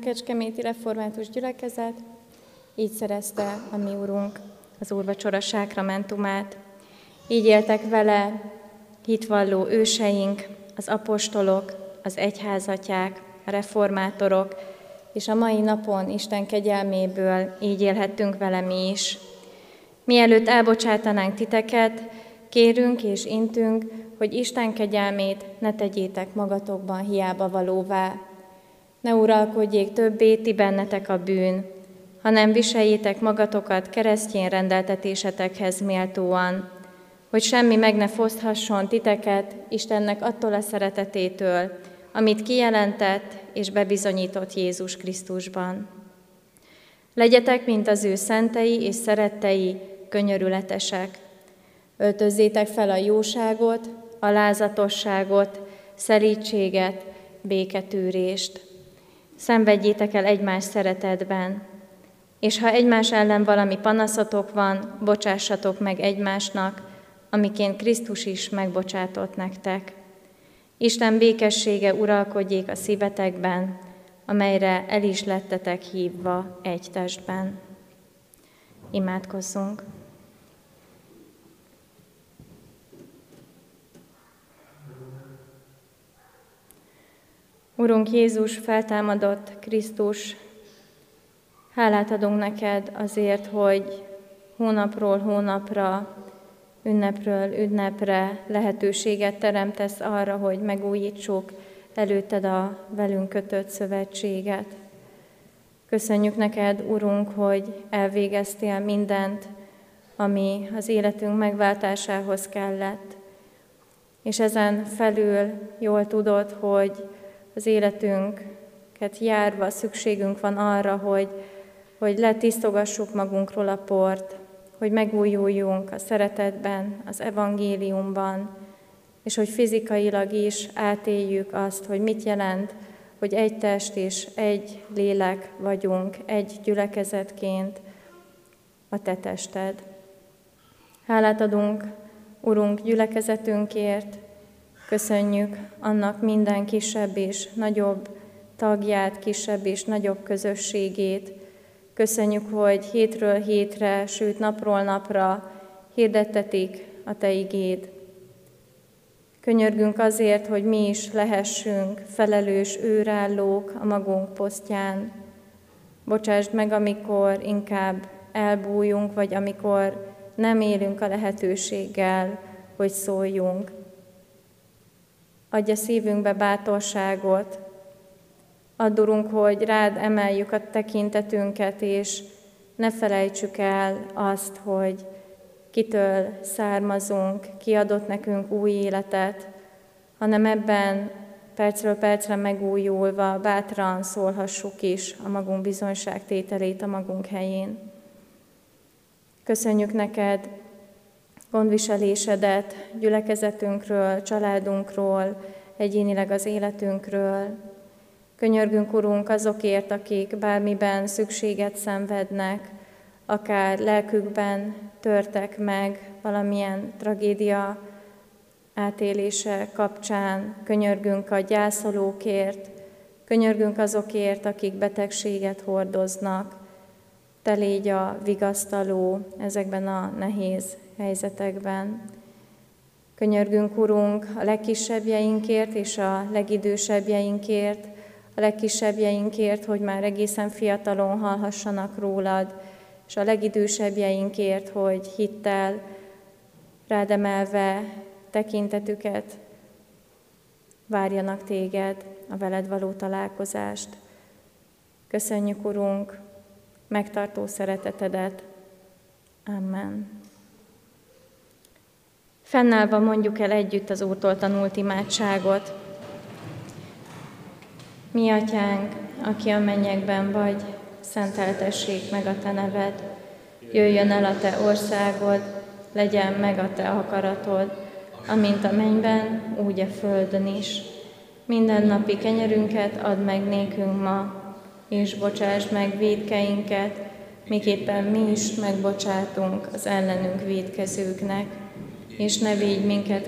B: Kecskeméti Református Gyülekezet így szerezte a mi Urunk az úrvacsora sákramentumát. Így éltek vele hitvalló őseink, az apostolok, az egyházatják, a reformátorok, és a mai napon Isten kegyelméből így élhettünk vele mi is. Mielőtt elbocsátanánk titeket, kérünk és intünk, hogy Isten kegyelmét ne tegyétek magatokban hiába valóvá. Ne uralkodjék többé ti bennetek a bűn, hanem viseljétek magatokat keresztény rendeltetésetekhez méltóan, hogy semmi meg ne foszthasson titeket Istennek attól a szeretetétől, amit kijelentett és bebizonyított Jézus Krisztusban. Legyetek, mint az ő szentei és szerettei, könyörületesek. Öltözzétek fel a jóságot, alázatosságot, szelídséget, béketűrést. Szenvedjétek el egymás szeretetben, és ha egymás ellen valami panaszotok van, bocsássatok meg egymásnak, amiként Krisztus is megbocsátott nektek. Isten békessége uralkodjék a szívetekben, amelyre el is lettetek hívva egy testben. Imádkozzunk! Urunk Jézus, feltámadott Krisztus, hálát adunk neked azért, hogy hónapról hónapra, ünnepről ünnepre lehetőséget teremtesz arra, hogy megújítsuk előtted a velünk kötött szövetséget. Köszönjük neked, Urunk, hogy elvégeztél mindent, ami az életünk megváltásához kellett. És ezen felül jól tudod, hogy az életünket járva szükségünk van arra, hogy, hogy letisztogassuk magunkról a port, hogy megújuljunk a szeretetben, az evangéliumban, és hogy fizikailag is átéljük azt, hogy mit jelent, hogy egy test és egy lélek vagyunk, egy gyülekezetként a te tested. Hálát adunk, Urunk, gyülekezetünkért, köszönjük annak minden kisebb és nagyobb tagját, kisebb és nagyobb közösségét. Köszönjük, hogy hétről hétre, sőt napról napra hirdettetik a te igéd. Könyörgünk azért, hogy mi is lehessünk felelős őrállók a magunk posztján. Bocsásd meg, amikor inkább elbújunk, vagy amikor nem élünk a lehetőséggel, hogy szóljunk. Adj a szívünkbe bátorságot, add, Urunk, hogy rád emeljük a tekintetünket, és ne felejtsük el azt, hogy kitől származunk, ki adott nekünk új életet, hanem ebben percről percre megújulva bátran szólhassuk is a magunk bizonyságtételét a magunk helyén. Köszönjük neked gondviselésedet gyülekezetünkről, családunkról, egyénileg az életünkről. Könyörgünk, Urunk, azokért, akik bármiben szükséget szenvednek, akár lelkükben törtek meg valamilyen tragédia átélése kapcsán. Könyörgünk a gyászolókért, könyörgünk azokért, akik betegséget hordoznak. Te légy a vigasztaló ezekben a nehéz helyzetekben. Könyörgünk, Urunk, a legkisebbjeinkért és a legidősebbjeinkért, a legkisebbjeinkért, hogy már egészen fiatalon hallhassanak rólad, és a legidősebbjeinkért, hogy hittel rád emelve tekintetüket várjanak téged, a veled való találkozást. Köszönjük, Urunk, megtartó szeretetedet. Amen. Fennállva mondjuk el együtt az Úrtól tanult imádságot. Mi atyánk, aki a mennyekben vagy, szenteltessék meg a te neved. Jöjjön el a te országod, legyen meg a te akaratod, amint a mennyben, úgy a földön is. Minden napi kenyerünket add meg nékünk ma, és bocsásd meg vétkeinket, miképpen mi is megbocsátunk az ellenünk vétkezőknek. És ne védj minket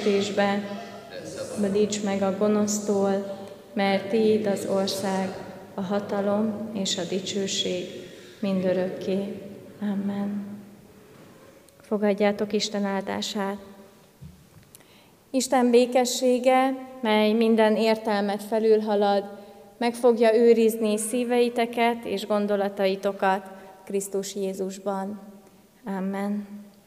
B: kísértésbe, szabadíts meg a gonosztól, mert tiéd az ország, a hatalom és a dicsőség mindörökké. Amen. Fogadjátok Isten áldását. Isten békessége, mely minden értelmet felülhalad, meg fogja őrizni szíveiteket és gondolataitokat Krisztus Jézusban. Amen.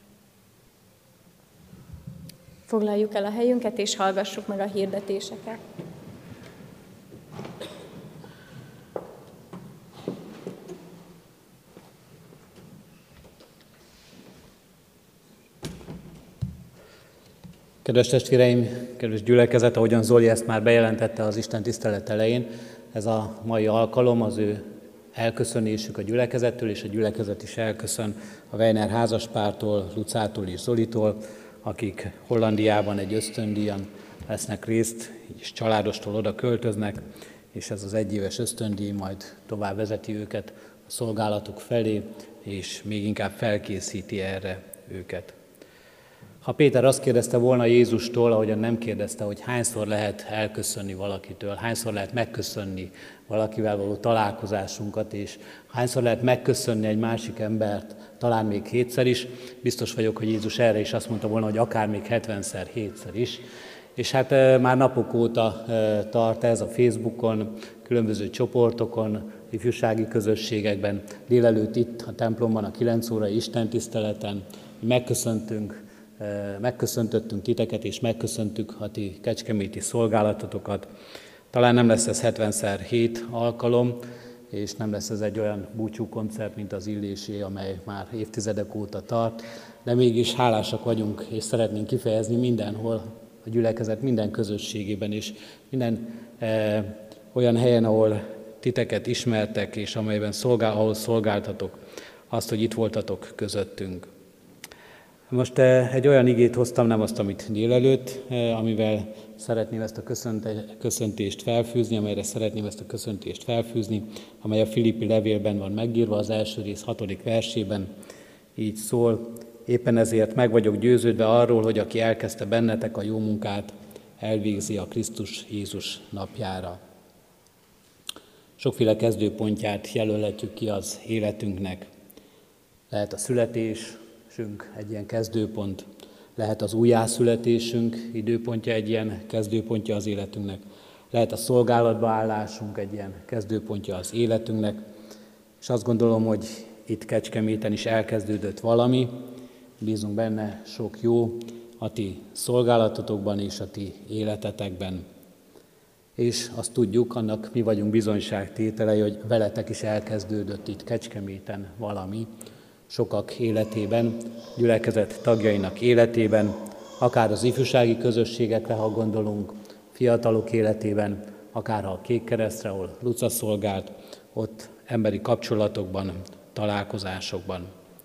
B: Foglaljuk el a helyünket, és hallgassuk meg a hirdetéseket.
C: Kedves testvéreim, kedves gyülekezet, ahogyan Zoli ezt már bejelentette az Isten tisztelet elején, ez a mai alkalom az ő elköszönésük a gyülekezettől, és a gyülekezet is elköszön a Weiner házaspártól, Lucától és Zolitól, akik Hollandiában egy ösztöndíjon vesznek részt, és családostól oda költöznek, és ez az egyéves ösztöndíj majd tovább vezeti őket a szolgálatuk felé, és még inkább felkészíti erre őket. Ha Péter azt kérdezte volna Jézustól, ahogyan nem kérdezte, hogy hányszor lehet elköszönni valakitől, hányszor lehet megköszönni valakivel való találkozásunkat, és hányszor lehet megköszönni egy másik embert, talán még hétszer is, biztos vagyok, hogy Jézus erre is azt mondta volna, hogy akár még hetvenszer, hétszer is. És hát e, már napok óta e, tart ez a Facebookon, különböző csoportokon, ifjúsági közösségekben, délelőtt itt a templomban a kilenc órai istentiszteleten megköszöntünk, megköszöntöttünk titeket, és megköszöntük a ti kecskeméti szolgálatotokat. Talán nem lesz ez hetvenszer hét alkalom, és nem lesz ez egy olyan búcsúkoncert, mint az Illésé, amely már évtizedek óta tart, de mégis hálásak vagyunk, és szeretnénk kifejezni mindenhol, a gyülekezet minden közösségében, és minden eh, olyan helyen, ahol titeket ismertek, és amelyben szolgál, ahol szolgáltatok, azt, hogy itt voltatok közöttünk. Most egy olyan igét hoztam, nem azt, amit délelőtt, amivel szeretném ezt a köszöntést felfűzni, amelyre szeretném ezt a köszöntést felfűzni, amely a Filippi levélben van megírva, az első rész hatodik versében, így szól: éppen ezért meg vagyok győződve arról, hogy aki elkezdte bennetek a jó munkát, elvégzi a Krisztus Jézus napjára. Sokféle kezdőpontját jelölhetjük ki az életünknek. Lehet a születés, egy ilyen kezdőpont, lehet az újjászületésünk időpontja, egy ilyen kezdőpontja az életünknek, lehet a szolgálatba állásunk, egy ilyen kezdőpontja az életünknek, és azt gondolom, hogy itt Kecskeméten is elkezdődött valami, bízunk benne sok jó a ti szolgálatotokban és a ti életetekben. És azt tudjuk, annak mi vagyunk bizonyságtételei, hogy veletek is elkezdődött itt Kecskeméten valami, sokak életében, gyülekezet tagjainak életében, akár az ifjúsági közösségekre, ha gondolunk, fiatalok életében, akár ha a Kék Keresztre, ahol Luca szolgált, ott emberi kapcsolatokban, találkozásokban.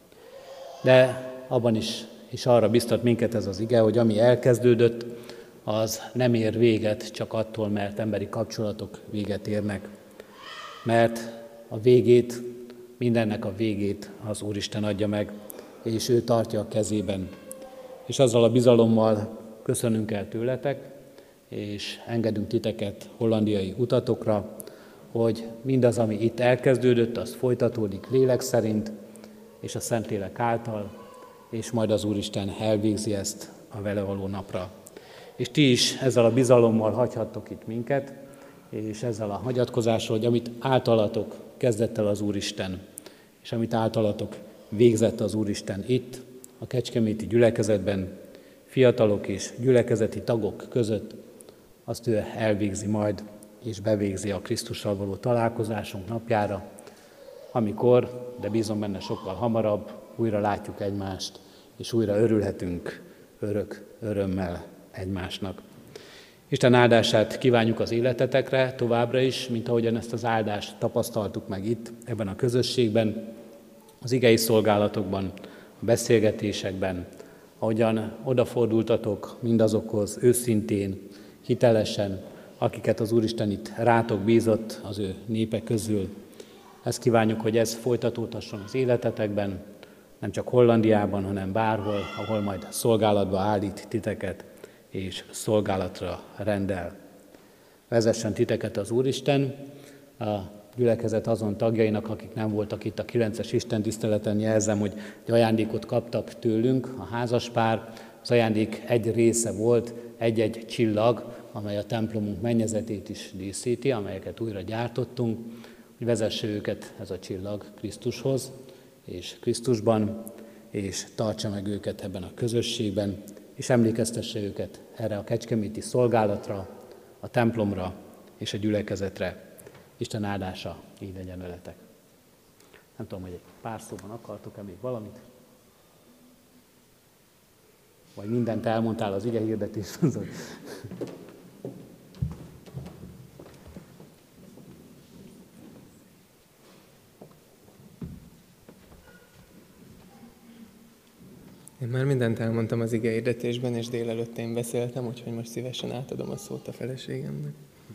C: De abban is, és arra biztat minket ez az ige, hogy ami elkezdődött, az nem ér véget csak attól, mert emberi kapcsolatok véget érnek. Mert a végét, mindennek a végét az Úristen adja meg, és ő tartja a kezében. És azzal a bizalommal köszönünk el tőletek, és engedünk titeket hollandiai utatokra, hogy mindaz, ami itt elkezdődött, az folytatódik lélek szerint, és a Szentlélek által, és majd az Úristen elvégzi ezt a vele való napra. És ti is ezzel a bizalommal hagyhattok itt minket, és ezzel a hagyatkozással, hogy amit általatok kezdett el az Úristen, és amit általatok végzett az Úristen itt, a kecskeméti gyülekezetben, fiatalok és gyülekezeti tagok között, azt ő elvégzi majd, és bevégzi a Krisztussal való találkozásunk napjára, amikor, de bízom benne sokkal hamarabb, újra látjuk egymást, és újra örülhetünk örök örömmel egymásnak. Isten áldását kívánjuk az életetekre továbbra is, mint ahogyan ezt az áldást tapasztaltuk meg itt, ebben a közösségben, az igei szolgálatokban, a beszélgetésekben, ahogyan odafordultatok mindazokhoz őszintén, hitelesen, akiket az Úristen itt rátok bízott az ő népe közül. Ezt kívánjuk, hogy ez folytatódhasson az életetekben, nem csak Hollandiában, hanem bárhol, ahol majd szolgálatba állít titeket, és szolgálatra rendel. Vezessen titeket az Úristen, a gyülekezet azon tagjainak, akik nem voltak itt a kilences istentiszteleten, jelzem, hogy egy ajándékot kaptak tőlünk, a házaspár. Az ajándék egy része volt, egy-egy csillag, amely a templomunk mennyezetét is díszíti, amelyeket újra gyártottunk, hogy vezesse őket ez a csillag Krisztushoz és Krisztusban, és tartsa meg őket ebben a közösségben, és emlékeztesse őket erre a kecskeméti szolgálatra, a templomra és a gyülekezetre. Isten áldása így legyen veletek. Nem tudom, hogy egy pár szóban akartok-e még valamit? Vagy mindent elmondtál az ige hirdetésben?
A: Én már mindent elmondtam az ige hirdetésben, és délelőtt én beszéltem, úgyhogy most szívesen átadom a szót a feleségemnek.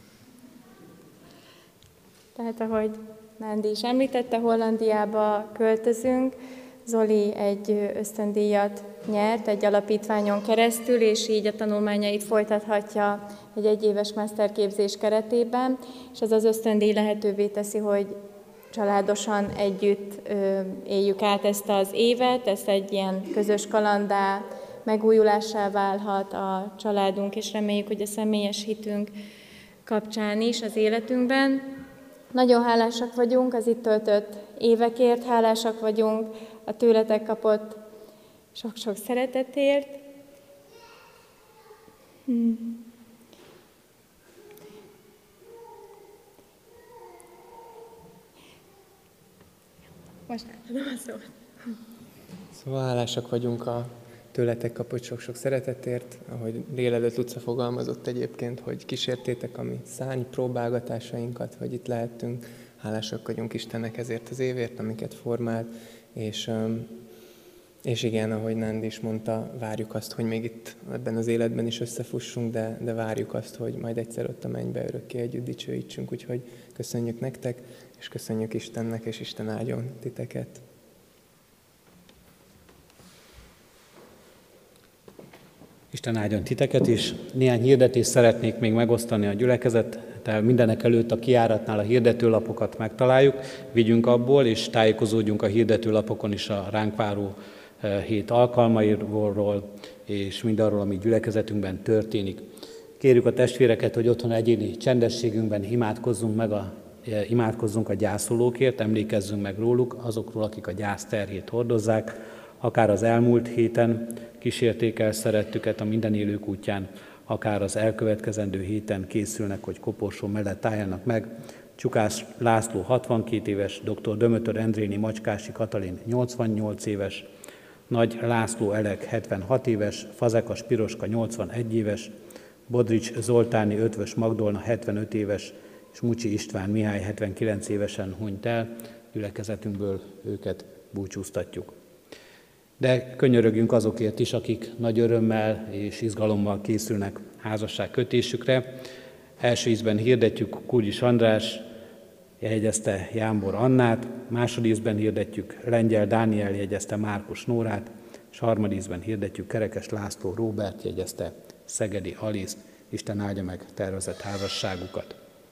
B: Tehát ahogy Nándi is említette, Hollandiába költözünk. Zoli egy ösztöndíjat nyert egy alapítványon keresztül, és így a tanulmányait folytathatja egy egyéves mesterképzés keretében, és ez az ösztöndíj lehetővé teszi, hogy családosan együtt éljük át ezt az évet, ez egy ilyen közös kalandá, megújulássá válhat a családunk, és reméljük, hogy a személyes hitünk kapcsán is az életünkben. Nagyon hálásak vagyunk az itt töltött évekért, hálásak vagyunk a tőletek kapott sok-sok szeretetért. Hmm. Most átadom a szót.
A: Szóval hálásak vagyunk a tőletek kapott sok-sok szeretetért, ahogy délelőtt Luca fogalmazott egyébként, hogy kísértétek a mi szárny próbálgatásainkat, hogy itt lehettünk. Hálásak vagyunk Istennek ezért az évért, amiket formált, és, és igen, ahogy Nándi is mondta, várjuk azt, hogy még itt ebben az életben is összefussunk, de, de várjuk azt, hogy majd egyszer ott a mennybe örökké együtt dicsőítsünk, úgyhogy köszönjük nektek, és köszönjük Istennek, és Isten áldjon titeket.
C: Isten áldjon titeket is. Néhány hirdetést szeretnék még megosztani a gyülekezettel. Mindenek előtt a kijáratnál a hirdetőlapokat megtaláljuk, vigyünk abból, és tájékozódjunk a hirdetőlapokon is a ránk váró hét alkalmairól, és mindarról, ami gyülekezetünkben történik. Kérjük a testvéreket, hogy otthon egyéni csendességünkben imádkozzunk meg a, imádkozzunk a gyászolókért, emlékezzünk meg róluk, azokról, akik a gyász terhét hordozzák, akár az elmúlt héten kísérték el szerettüket a minden élők útján, akár az elkövetkezendő héten készülnek, hogy koporsó mellett álljanak meg. Csukás László hatvankét éves, dr. Dömötör Endréni Macskási Katalin nyolcvannyolc éves, Nagy László Elek hetvenhat éves, Fazekas Piroska nyolcvanegy éves, Bodrics Zoltáni Ötvös Magdolna hetvenöt éves, és Mucsi István Mihály hetvenkilenc évesen hunyt el, gyülekezetünkből őket búcsúztatjuk. De könyörögjünk azokért is, akik nagy örömmel és izgalommal készülnek házasság kötésükre. Első ízben hirdetjük Kulgyis András jegyezte Jámbor Annát, másodízben hirdetjük Lengyel Dániel jegyezte Márkus Nórát, és harmadízben hirdetjük Kerekes László Róbert jegyezte Szegedi Aliszt. Isten áldja meg tervezett házasságukat.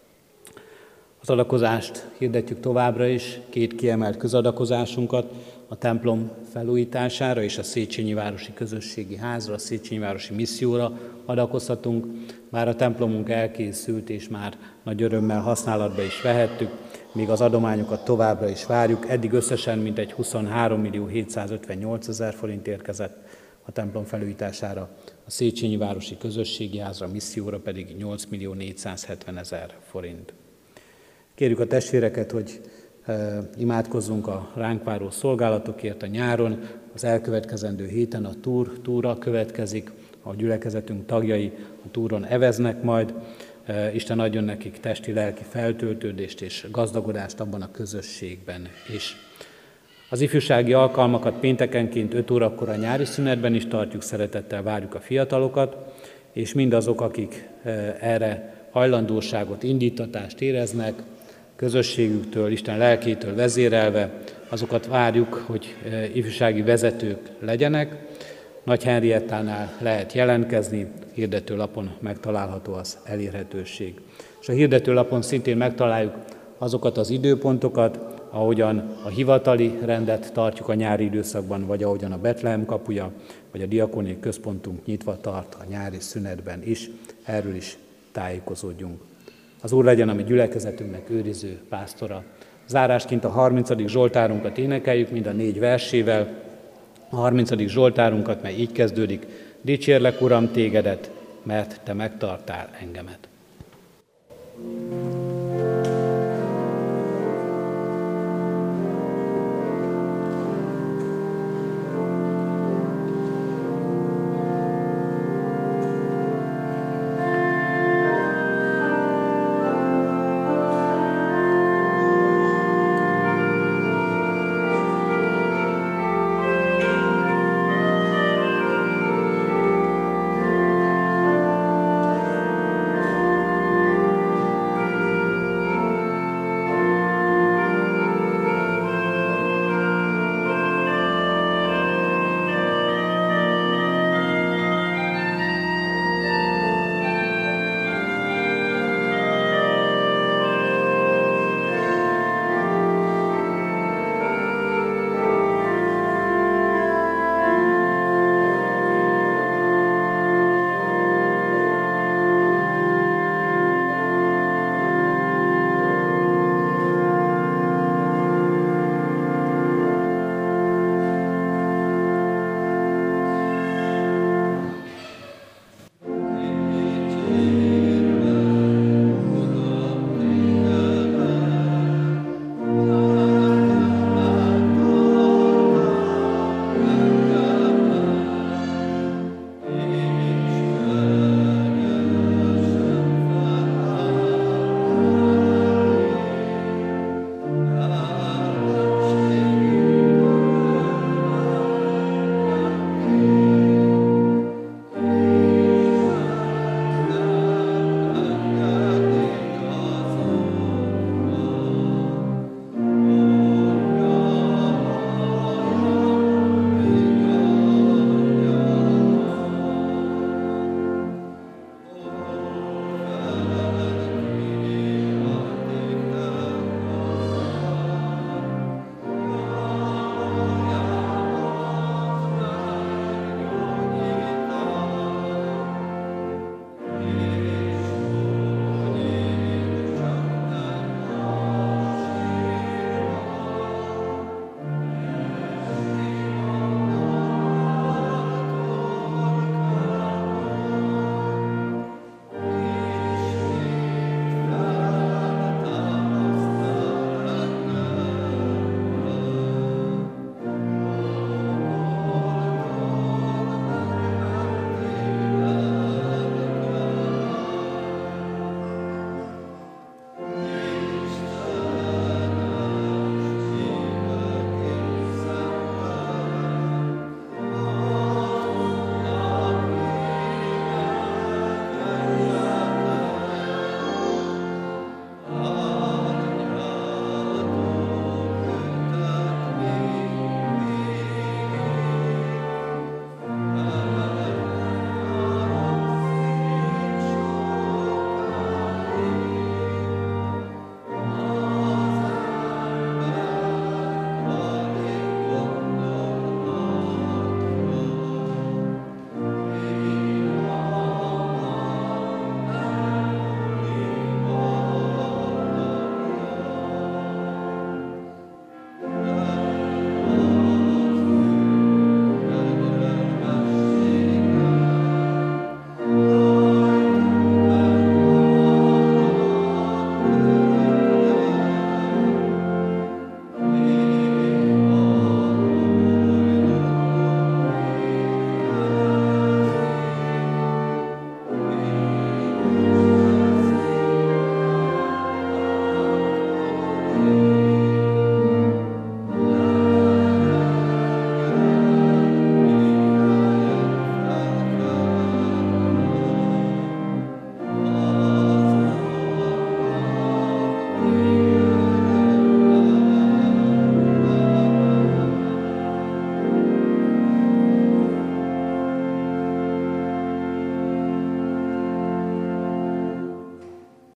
C: Az adakozást hirdetjük továbbra is, két kiemelt közadakozásunkat, a templom felújítására és a Széchenyi Városi Közösségi Házra, a Széchenyi Városi Misszióra adakozhatunk. Már a templomunk elkészült, és már nagy örömmel használatba is vehettük, míg az adományokat továbbra is várjuk. Eddig összesen mintegy huszonhárom millió hétszázötvennyolc ezer forint érkezett a templom felújítására, a Széchenyi Városi Közösségi Házra, a Misszióra pedig nyolc millió négyszázhetven ezer forint. Kérjük a testvéreket, hogy e, imádkozzunk a ránk váró szolgálatokért a nyáron, az elkövetkezendő héten a túr, túra következik, a gyülekezetünk tagjai a túron eveznek majd, e, Isten adjon nekik testi-lelki feltöltődést és gazdagodást abban a közösségben is. Az ifjúsági alkalmakat péntekenként öt órakor a nyári szünetben is tartjuk, szeretettel várjuk a fiatalokat, és mindazok, akik e, erre hajlandóságot, indítatást éreznek, közösségüktől, Isten lelkétől vezérelve, azokat várjuk, hogy ifjúsági vezetők legyenek. Nagy Henriettánál lehet jelentkezni, hirdetőlapon megtalálható az elérhetőség. És a hirdetőlapon szintén megtaláljuk azokat az időpontokat, ahogyan a hivatali rendet tartjuk a nyári időszakban, vagy ahogyan a Betlehem kapuja, vagy a diakóniai központunk nyitva tart a nyári szünetben is, erről is tájékozódjunk. Az Úr legyen a mi gyülekezetünknek őriző pásztora. Zárásként a harmincadik Zsoltárunkat énekeljük, mind a négy versével. A harmincadik Zsoltárunkat, mely így kezdődik: Dicsérlek, Uram, tégedet, mert te megtartál engemet.